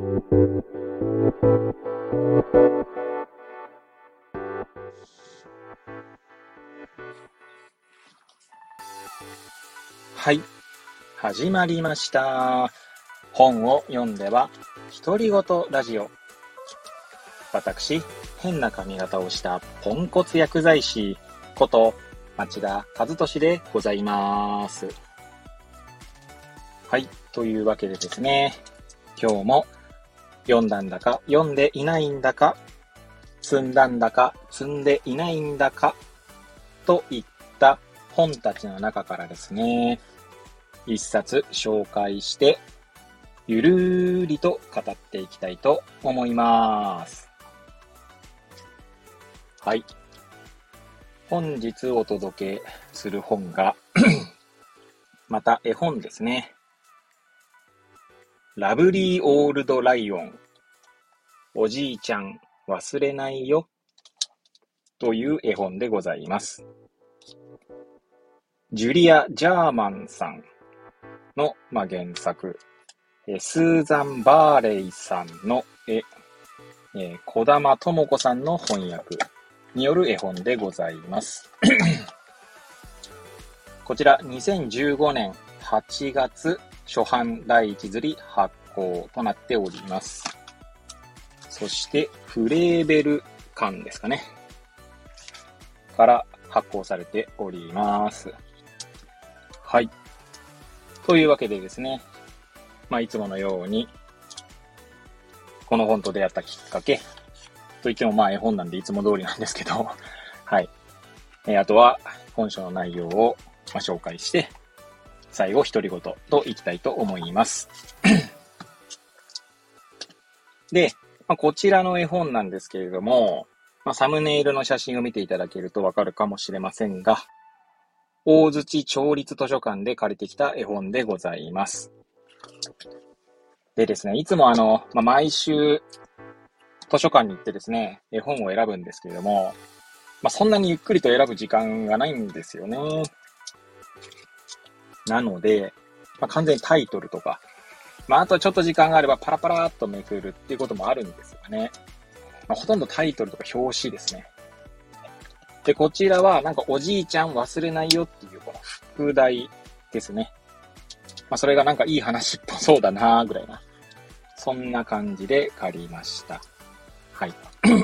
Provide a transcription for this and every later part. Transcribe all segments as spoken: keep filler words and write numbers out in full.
はい、始まりました。本を読んでは独り言ラジオ。私、変な髪型をしたポンコツ薬剤師こと町田和俊でございます。はい、というわけでですね、今日も読んだんだか読んでいないんだか、積んだんだか積んでいないんだかといった本たちの中からですね、一冊紹介してゆるーりと語っていきたいと思います。はい、本日お届けする本がまた絵本ですね。ラブリーオールドライオン、おじいちゃん忘れないよという絵本でございます。ジュリア・ジャーマンさんの、まあ、原作、スーザン・バーレイさんの絵、児玉智子さんの翻訳による絵本でございます。こちらにせんじゅうごねんはちがつ初版第一刷り発行となっております。そしてフレーベル館ですかねから発行されております。はい。というわけでですね、まあいつものようにこの本と出会ったきっかけといってもまあ絵本なんでいつも通りなんですけど、はい。えー、あとは本書の内容をまあ紹介して最後独り言といきたいと思います。で、まあ、こちらの絵本なんですけれども、まあ、サムネイルの写真を見ていただけるとわかるかもしれませんが、大槌町立図書館で借りてきた絵本でございます。でですね、いつもあの、まあ、毎週図書館に行ってですね、絵本を選ぶんですけれども、まあ、そんなにゆっくりと選ぶ時間がないんですよね。なので、まあ、完全にタイトルとか、まあ、あとちょっと時間があればパラパラっとめくるっていうこともあるんですよね。まあ、ほとんどタイトルとか表紙ですね。で、こちらはなんかおじいちゃん忘れないよっていうこの副題ですね。まあ、それがなんかいい話っぽそうだなーぐらいな。そんな感じで借りました。はい。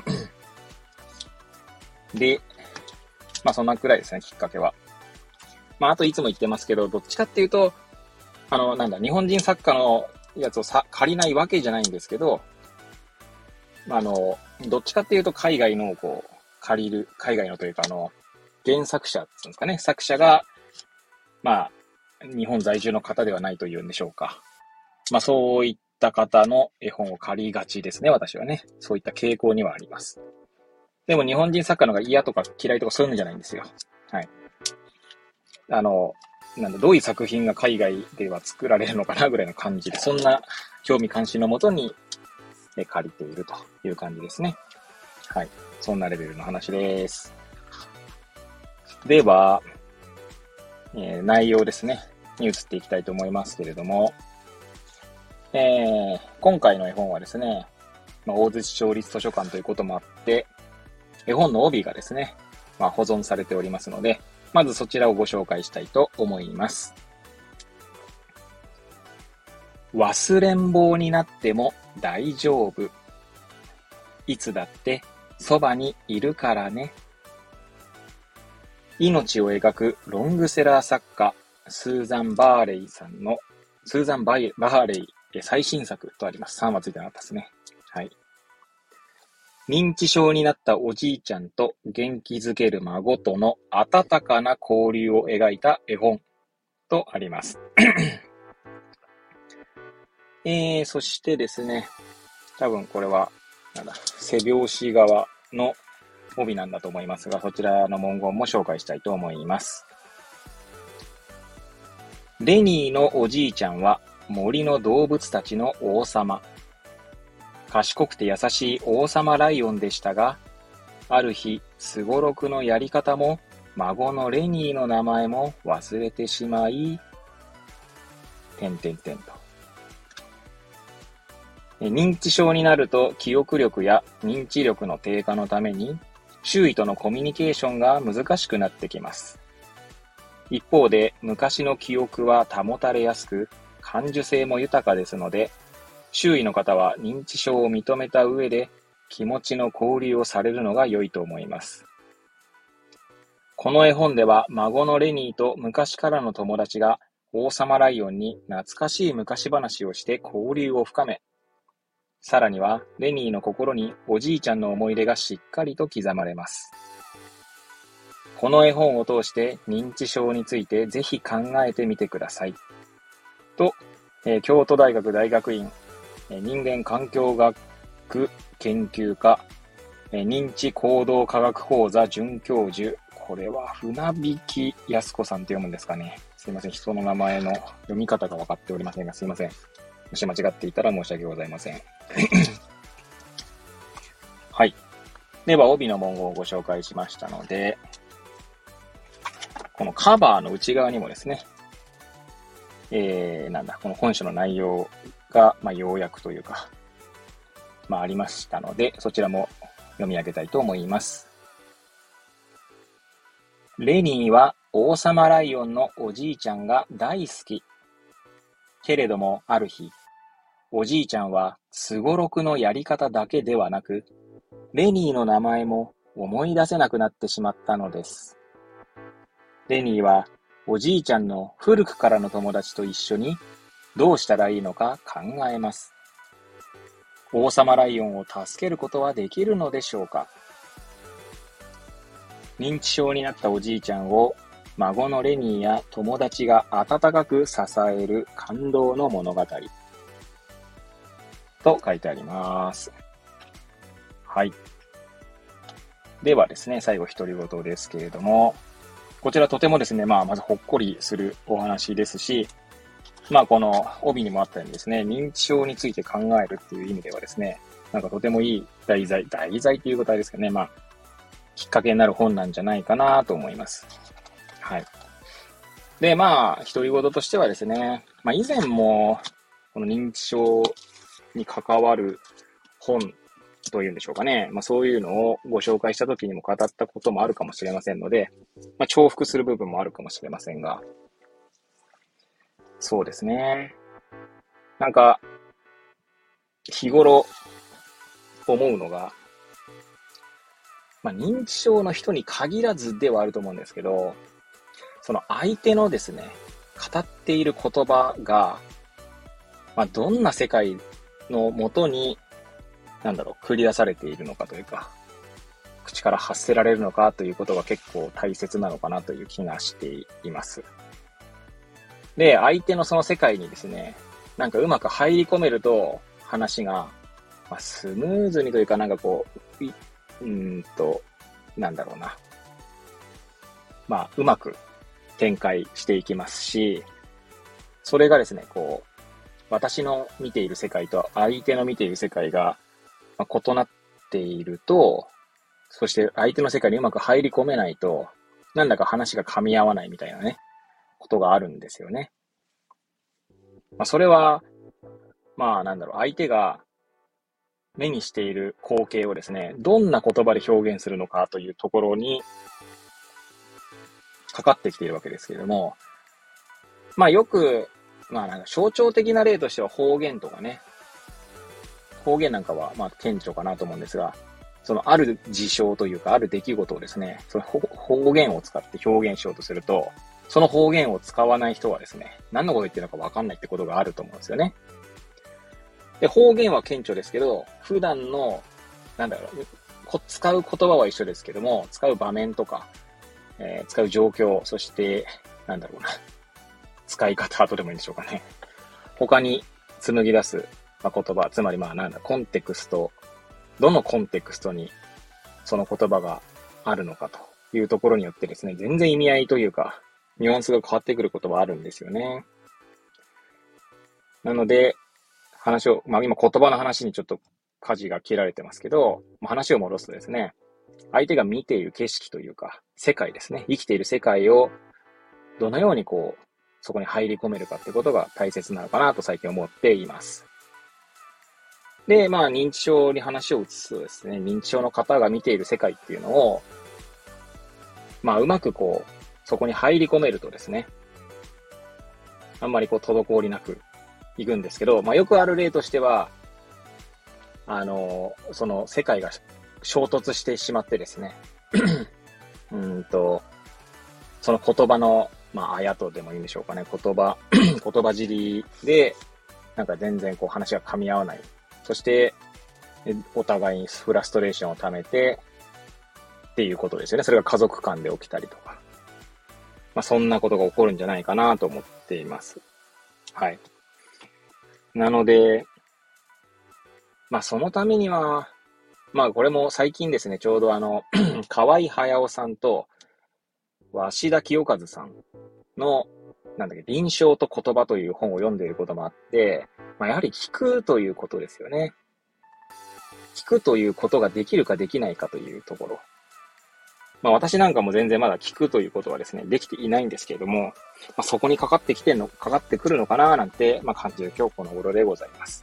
で、まあそんなくらいですね、きっかけは。まああといつも言ってますけど、どっちかっていうと、あの、なんだ、日本人作家のやつをさ借りないわけじゃないんですけど、あの、どっちかっていうと海外のこう、借りる、海外のというかあの、原作者っていうんですかね、作者が、まあ、日本在住の方ではないというんでしょうか。まあそういった方の絵本を借りがちですね、私はね。そういった傾向にはあります。でも日本人作家のが嫌とか嫌いとかそういうのじゃないんですよ。はい。あの、なんだ、どういう作品が海外では作られるのかなぐらいの感じで、そんな興味関心のもとに借りているという感じですね。はい。そんなレベルの話です。では、えー、内容ですね。に移っていきたいと思いますけれども、えー、今回の絵本はですね、まあ、大槌町立図書館ということもあって、絵本の帯がですね、まあ、保存されておりますので、まずそちらをご紹介したいと思います。忘れん坊になっても大丈夫。いつだってそばにいるからね。命を描くロングセラー作家、スーザン・バーレイさんの、スーザン・バーレイ最新作とあります。さんわついてなかったですね。はい。認知症になったおじいちゃんと元気づける孫との温かな交流を描いた絵本とあります。えー、そしてですね、多分これは、なんだ、背表紙側の帯なんだと思いますが、そちらの文言も紹介したいと思います。レニーのおじいちゃんは森の動物たちの王様。賢くて優しい王様ライオンでしたが、ある日、すごろくのやり方も、孫のレニーの名前も忘れてしまい、てんてんてんと。 認知症になると記憶力や認知力の低下のために周囲とのコミュニケーションが難しくなってきます。一方で昔の記憶は保たれやすく感受性も豊かですので、周囲の方は認知症を認めた上で気持ちの交流をされるのが良いと思います。この絵本では孫のレニーと昔からの友達が王様ライオンに懐かしい昔話をして交流を深め、さらにはレニーの心におじいちゃんの思い出がしっかりと刻まれます。この絵本を通して認知症についてぜひ考えてみてください。と、えー、京都大学大学院、えー、人間環境学研究科、えー、認知行動科学講座准教授、これは船引康子さんと読むんですかね。すいません。人の名前の読み方が分かっておりませんが、すいません。もし間違っていたら申し訳ございません。はい。では、帯の文言をご紹介しましたので、このカバーの内側にもですね、えー、なんだ、この本書の内容が、まあ、要約というか、まあ、ありましたので、そちらも読み上げたいと思います。レニーは王様ライオンのおじいちゃんが大好き。けれども、ある日、おじいちゃんはすごろくのやり方だけではなく、レニーの名前も思い出せなくなってしまったのです。レニーはおじいちゃんの古くからの友達と一緒にどうしたらいいのか考えます。王様ライオンを助けることはできるのでしょうか。認知症になったおじいちゃんを孫のレニーや友達が温かく支える感動の物語と書いてあります。はい。ではですね、最後独り言ですけれども、こちらとてもですね、まあまずほっこりするお話ですし、まあこの帯にもあったようにですね、認知症について考えるっていう意味ではですね、なんかとてもいい題材、題材っていうことはですけどね、まあきっかけになる本なんじゃないかなと思います。はい。で、まあ独り言としてはですね、まあ以前もこの認知症に関わる本というんでしょうかね。まあそういうのをご紹介した時にも語ったこともあるかもしれませんので、まあ重複する部分もあるかもしれませんが、そうですね。なんか、日頃思うのが、まあ認知症の人に限らずではあると思うんですけど、その相手のですね、語っている言葉が、まあどんな世界のもとになんだろう、繰り出されているのかというか、口から発せられるのかということが結構大切なのかなという気がしています。で、相手のその世界にですね、なんかうまく入り込めると話が、まあ、スムーズにというかなんかこう、うーんと、なんだろうな。まあ、うまく展開していきますし、それがですね、こう、私の見ている世界と相手の見ている世界が異なっていると、そして相手の世界にうまく入り込めないと、なんだか話が噛み合わないみたいなね、ことがあるんですよね。まあ、それは、まあなんだろう、相手が目にしている光景をですね、どんな言葉で表現するのかというところにかかってきているわけですけれども、まあよく、まあなんか象徴的な例としては方言とかね、方言なんかはまあ顕著かなと思うんですが、そのある事象というかある出来事をですね、その方言を使って表現しようとすると、その方言を使わない人はですね、何のこと言ってるのか分かんないってことがあると思うんですよね。で、方言は顕著ですけど、普段の、なんだろう、使う言葉は一緒ですけども、使う場面とか、えー、使う状況、そして、なんだろうな、使い方とでもいいんでしょうかね。他に紡ぎ出す言葉、つまりまあなんだ、コンテクスト、どのコンテクストにその言葉があるのかというところによってですね、全然意味合いというか、ニュアンスが変わってくることはあるんですよね。なので、話を、まあ今言葉の話にちょっと舵が切られてますけど、話を戻すとですね、相手が見ている景色というか、世界ですね、生きている世界をどのようにこう、そこに入り込めるかってことが大切なのかなと最近思っています。 で、まあ、認知症に話を移すとですね、認知症の方が見ている世界っていうのを、まあ、うまくこう、そこに入り込めるとですね、あんまりこう、滞りなくいくんですけど、まあ、よくある例としては、あの、その世界が衝突してしまってですね、うんと、その言葉の、まあ、あやとでもいいんでしょうかね、言葉、言葉尻で、なんか全然こう話が噛み合わない。そして、お互いにフラストレーションを溜めて、っていうことですよね。それが家族間で起きたりとか。まあ、そんなことが起こるんじゃないかなと思っています。はい。なので、まあ、そのためには、まあ、これも最近ですね、ちょうどあの、河合隼さんと、鷲田清和さんの、なんだっけ、臨床と言葉という本を読んでいることもあって、まあ、やはり聞くということですよね。聞くということができるかできないかというところ。まあ私なんかも全然まだ聞くということはですね、できていないんですけれども、まあ、そこにかかってきてんの、かかってくるのかななんて、まあ感じる今日この頃でございます。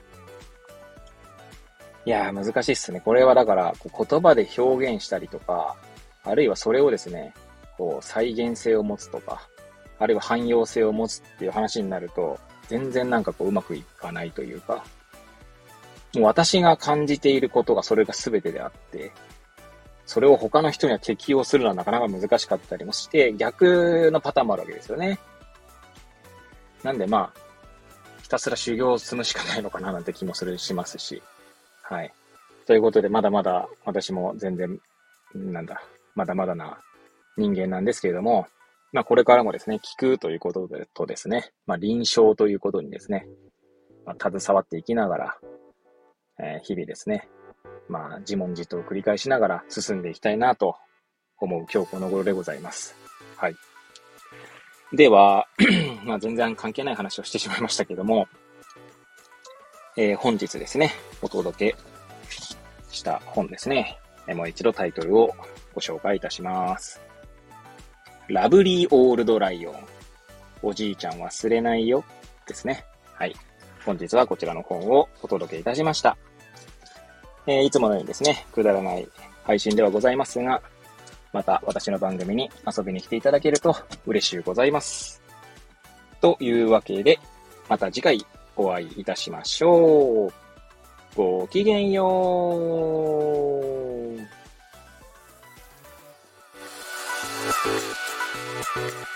いやー難しいっすね。これはだから、言葉で表現したりとか、あるいはそれをですね、こう再現性を持つとか、あるいは汎用性を持つっていう話になると、全然なんかこううまくいかないというか、もう私が感じていることがそれが全てであって、それを他の人には適用するのはなかなか難しかったりもして、逆のパターンもあるわけですよね。なんでまあ、ひたすら修行を積むしかないのかななんて気もするしますし。はい。ということで、まだまだ私も全然、なんだ、まだまだな人間なんですけれども、まあこれからもですね、聞くということとですね、まあ臨床ということにですね、まあ、携わっていきながら、えー、日々ですね、まあ自問自答を繰り返しながら進んでいきたいなと思う今日この頃でございます。はい。では、まあ全然関係ない話をしてしまいましたけども、えー、本日ですね、お届けした本ですね、えー、もう一度タイトルをご紹介いたします。ラブリーオールドライオン。おじいちゃん忘れないよですね。はい。本日はこちらの本をお届けいたしました。えー、いつものようにですね、くだらない配信ではございますが、また私の番組に遊びに来ていただけると嬉しゅうございます。というわけで、また次回お会いいたしましょう。ごきげんよう。